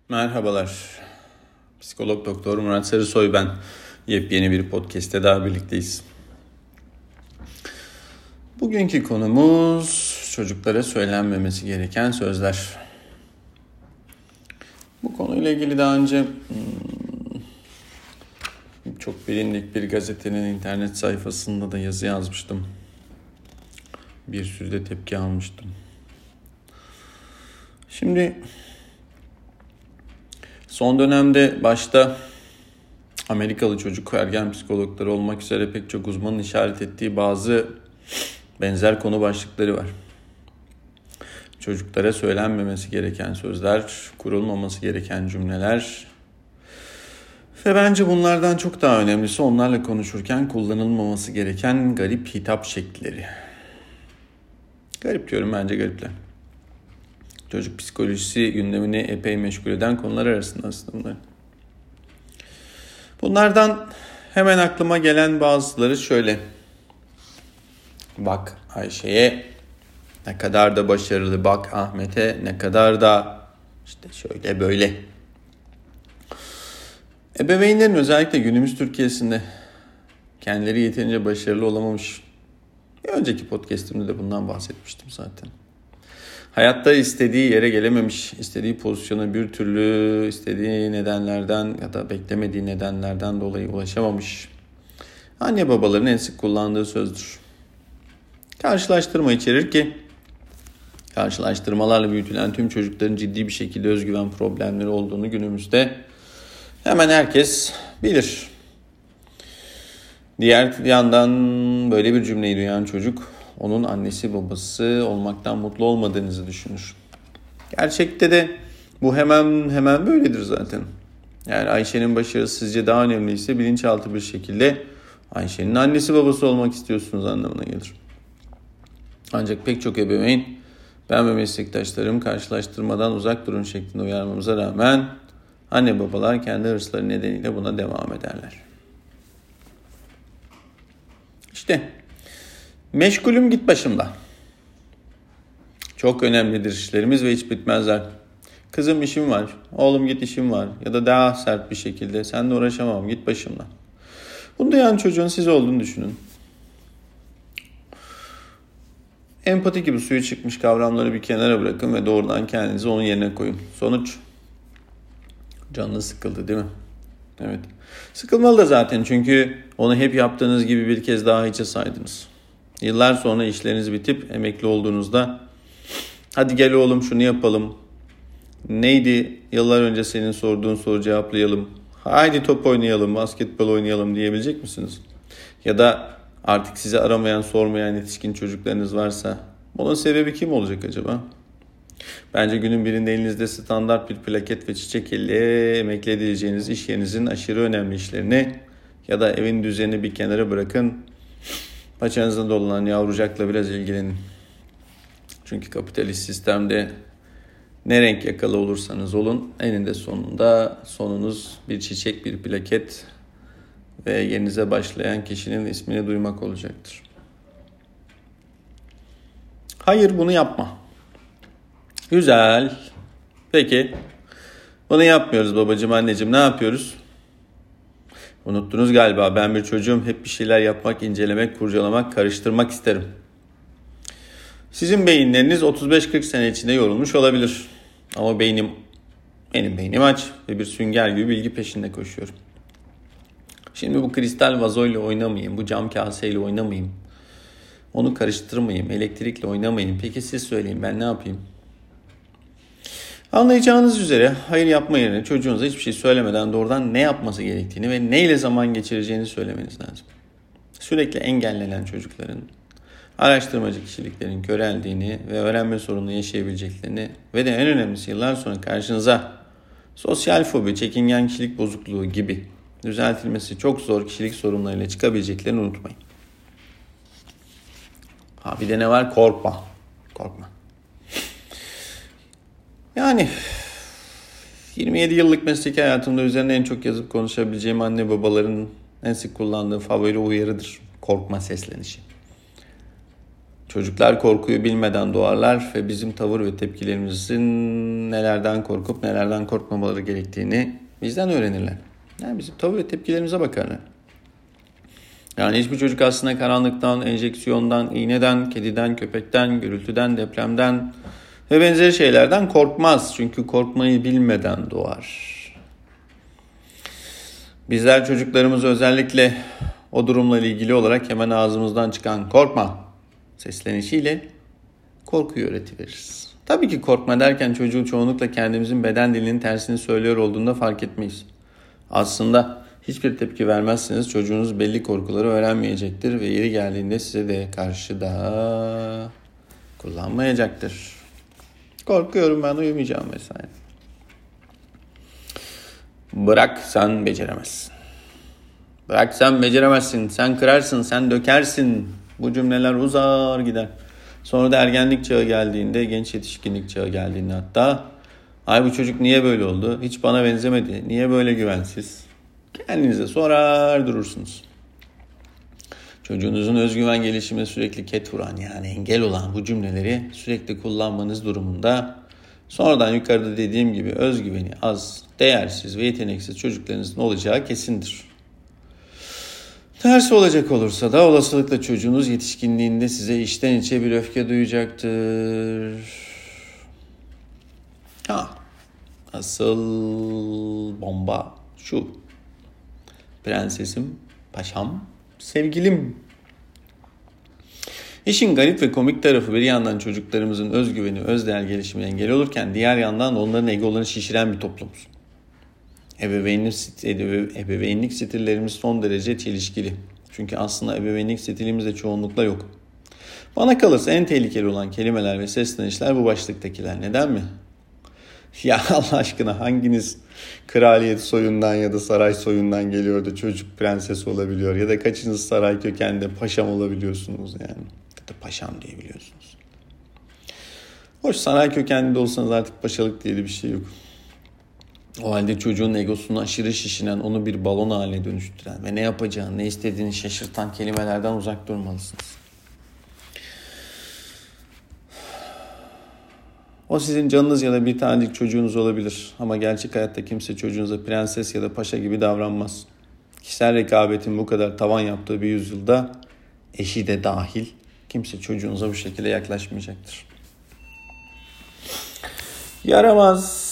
Merhabalar. Psikolog Doktor Murat Sarısoy ben. Yepyeni bir podcast'te daha birlikteyiz. Bugünkü konumuz çocuklara söylenmemesi gereken sözler. Bu konuyla ilgili daha önce çok bilindik bir gazetenin internet sayfasında da yazı yazmıştım. Bir sürü de tepki almıştım. Şimdi son dönemde başta Amerikalı çocuk ergen psikologları olmak üzere pek çok uzmanın işaret ettiği bazı benzer konu başlıkları var. Çocuklara söylenmemesi gereken sözler, kurulmaması gereken cümleler ve bence bunlardan çok daha önemlisi onlarla konuşurken kullanılmaması gereken garip hitap şekilleri. Garip diyorum, bence garipler. Çocuk psikolojisi gündemini epey meşgul eden konular arasında aslında. Bunlardan hemen aklıma gelen bazıları şöyle. Bak Ayşe'ye ne kadar da başarılı, bak Ahmet'e ne kadar da işte şöyle böyle. Ebeveynlerin özellikle günümüz Türkiye'sinde kendileri yeterince başarılı olamamış. Bir önceki podcast'imde de bundan bahsetmiştim zaten. Hayatta istediği yere gelememiş, istediği pozisyona bir türlü istediği nedenlerden ya da beklemediği nedenlerden dolayı ulaşamamış. Anne babaların en sık kullandığı sözdür. Karşılaştırma içerir ki karşılaştırmalarla büyütülen tüm çocukların ciddi bir şekilde özgüven problemleri olduğunu günümüzde hemen herkes bilir. Diğer yandan böyle bir cümleyi duyan çocuk onun annesi babası olmaktan mutlu olmadığınızı düşünür. Gerçekte de bu hemen böyledir zaten. Yani Ayşe'nin başarısı sizce daha önemliyse bilinçaltı bir şekilde Ayşe'nin annesi babası olmak istiyorsunuz anlamına gelir. Ancak pek çok ebeveyn ben ve meslektaşlarım karşılaştırmadan uzak durun şeklinde uyarmamıza rağmen anne babalar kendi hırsları nedeniyle buna devam ederler. İşte meşgulüm git başımda. Çok önemlidir işlerimiz ve hiç bitmezler. Kızım işim var, oğlum git işim var ya da daha sert bir şekilde seninle uğraşamam git başımdan. Bunu duyan çocuğun siz olduğunu düşünün. Empati gibi suyu çıkmış kavramları bir kenara bırakın ve doğrudan kendinizi onun yerine koyun. Sonuç? Canınız sıkıldı değil mi? Evet. Sıkılmalı da zaten çünkü onu hep yaptığınız gibi bir kez daha hiçe saydınız. Yıllar sonra işleriniz bitip emekli olduğunuzda hadi gel oğlum şunu yapalım. Neydi yıllar önce senin sorduğun soru cevaplayalım. Haydi top oynayalım, basketbol oynayalım diyebilecek misiniz? Ya da artık sizi aramayan, sormayan yetişkin çocuklarınız varsa bunun sebebi kim olacak acaba? Bence günün birinde elinizde standart bir plaket ve çiçek ile emekli edileceğiniz iş yerinizin aşırı önemli işlerini ya da evin düzenini bir kenara bırakın. Paçanızda dolanan yavrucakla biraz ilgilenin. Çünkü kapitalist sistemde ne renk yakalı olursanız olun eninde sonunda sonunuz bir çiçek, bir plaket ve yerinize başlayan kişinin ismini duymak olacaktır. Hayır bunu yapma. Güzel. Peki. Bunu yapmıyoruz babacığım, anneciğim. Ne yapıyoruz? Unuttunuz galiba. Ben bir çocuğum. Hep bir şeyler yapmak, incelemek, kurcalamak, karıştırmak isterim. Sizin beyinleriniz 35-40 sene içinde yorulmuş olabilir. Ama benim beynim aç ve bir sünger gibi bilgi peşinde koşuyorum. Şimdi bu kristal vazoyla oynamayayım, bu cam kaseyle oynamayayım. Onu karıştırmayayım, elektrikle oynamayayım. Peki siz söyleyin, ben ne yapayım? Anlayacağınız üzere hayır yapma yerine çocuğunuza hiçbir şey söylemeden doğrudan ne yapması gerektiğini ve neyle zaman geçireceğini söylemeniz lazım. Sürekli engellenen çocukların, araştırmacı kişiliklerin köreldiğini ve öğrenme sorunu yaşayabileceklerini ve de en önemlisi yıllar sonra karşınıza sosyal fobi, çekingen kişilik bozukluğu gibi düzeltilmesi çok zor kişilik sorunlarıyla çıkabileceklerini unutmayın. Bir de ne var? Korkma. Yani 27 yıllık mesleki hayatımda üzerine en çok yazıp konuşabileceğim anne babaların en sık kullandığı favori uyarıdır. Korkma seslenişi. Çocuklar korkuyu bilmeden doğarlar ve bizim tavır ve tepkilerimizin nelerden korkup nelerden korkmamaları gerektiğini bizden öğrenirler. Yani bizim tavır ve tepkilerimize bakarlar. Yani hiçbir çocuk aslında karanlıktan, enjeksiyondan, iğneden, kediden, köpekten, gürültüden, depremden ve benzeri şeylerden korkmaz. Çünkü korkmayı bilmeden doğar. Bizler çocuklarımızı özellikle o durumla ilgili olarak hemen ağzımızdan çıkan korkma seslenişiyle korkuyu öğretiveririz. Tabii ki korkma derken çocuğun çoğunlukla kendimizin beden dilinin tersini söylüyor olduğunda fark etmeyiz. Aslında hiçbir tepki vermezseniz çocuğunuz belli korkuları öğrenmeyecektir ve yeri geldiğinde size de karşı da kullanmayacaktır. Korkuyorum, ben uyumayacağım vesaire. Bırak, sen beceremezsin. Bırak, sen beceremezsin. Sen kırarsın, sen dökersin. Bu cümleler uzar gider. Sonra da ergenlik çağı geldiğinde, genç yetişkinlik çağı geldiğinde hatta ay bu çocuk niye böyle oldu? Hiç bana benzemedi. Niye böyle güvensiz? Kendinize sorar durursunuz. Çocuğunuzun özgüven gelişimine sürekli ket vuran, yani engel olan bu cümleleri sürekli kullanmanız durumunda sonradan yukarıda dediğim gibi özgüveni az, değersiz ve yeteneksiz çocuklarınızın olacağı kesindir. Tersi olacak olursa da olasılıkla çocuğunuz yetişkinliğinde size içten içe bir öfke duyacaktır. Asıl bomba şu. Prensesim, paşam, sevgilim. İşin garip ve komik tarafı bir yandan çocuklarımızın özgüveni, özdeğer gelişimine engel olurken diğer yandan onların egolarını şişiren bir toplumuz. Ebeveynlik stillerimiz son derece çelişkili. Çünkü aslında ebeveynlik stilimizde çoğunlukla yok. Bana kalırsa en tehlikeli olan kelimeler ve seslenişler bu başlıktakiler. Neden mi? Ya Allah aşkına, hanginiz kraliyet soyundan ya da saray soyundan geliyor da çocuk prenses olabiliyor? Ya da kaçınız saray kökenli paşam olabiliyorsunuz yani? Ya da paşam diyebiliyorsunuz. Hoş, saray kökenli de olsanız artık paşalık diye bir şey yok. O halde çocuğun egosunu aşırı şişinen, onu bir balon haline dönüştüren ve ne yapacağını, ne istediğini şaşırtan kelimelerden uzak durmalısınız. O sizin canınız ya da bir tanecik çocuğunuz olabilir. Ama gerçek hayatta kimse çocuğunuza prenses ya da paşa gibi davranmaz. Kişisel rekabetin bu kadar tavan yaptığı bir yüzyılda eşi de dahil kimse çocuğunuza bu şekilde yaklaşmayacaktır. Yaramaz,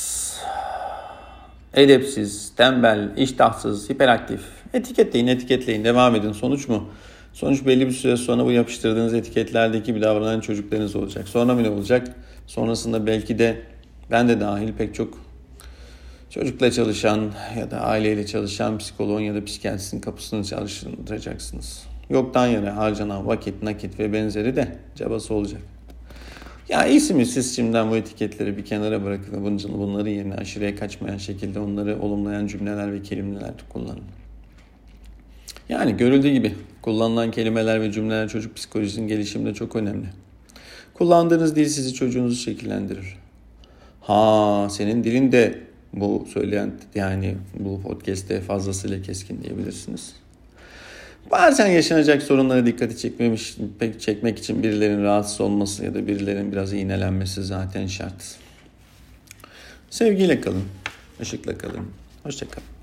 edepsiz, tembel, iştahsız, hiperaktif. Etiketleyin, devam edin. Sonuç mu? Sonuç belli bir süre sonra bu yapıştırdığınız etiketlerdeki bir davranan çocuklarınız olacak. Sonra mı ne olacak? Sonrasında belki de ben de dahil pek çok çocukla çalışan ya da aileyle çalışan psikoloğun ya da psikiyatristin kapısını çalıştıracaksınız. Yoktan yere harcanan vakit, nakit ve benzeri de cabası olacak. Ya iyisi mi siz şimdiden bu etiketleri bir kenara bırakın ve bunların yerine aşırıya kaçmayan şekilde onları olumlayan cümleler ve kelimeler kullanın. Yani görüldüğü gibi kullanılan kelimeler ve cümleler çocuk psikolojisinin gelişiminde çok önemli. Kullandığınız dil sizi, çocuğunuzu şekillendirir. Senin dilin de bu söyleyen, yani bu podcast'te fazlasıyla keskin diyebilirsiniz. Bazen yaşanacak sorunlara dikkati çekmek için birilerinin rahatsız olması ya da birilerinin biraz iğnelenmesi zaten şart. Sevgiyle kalın, ışıkla kalın. Hoşça kalın.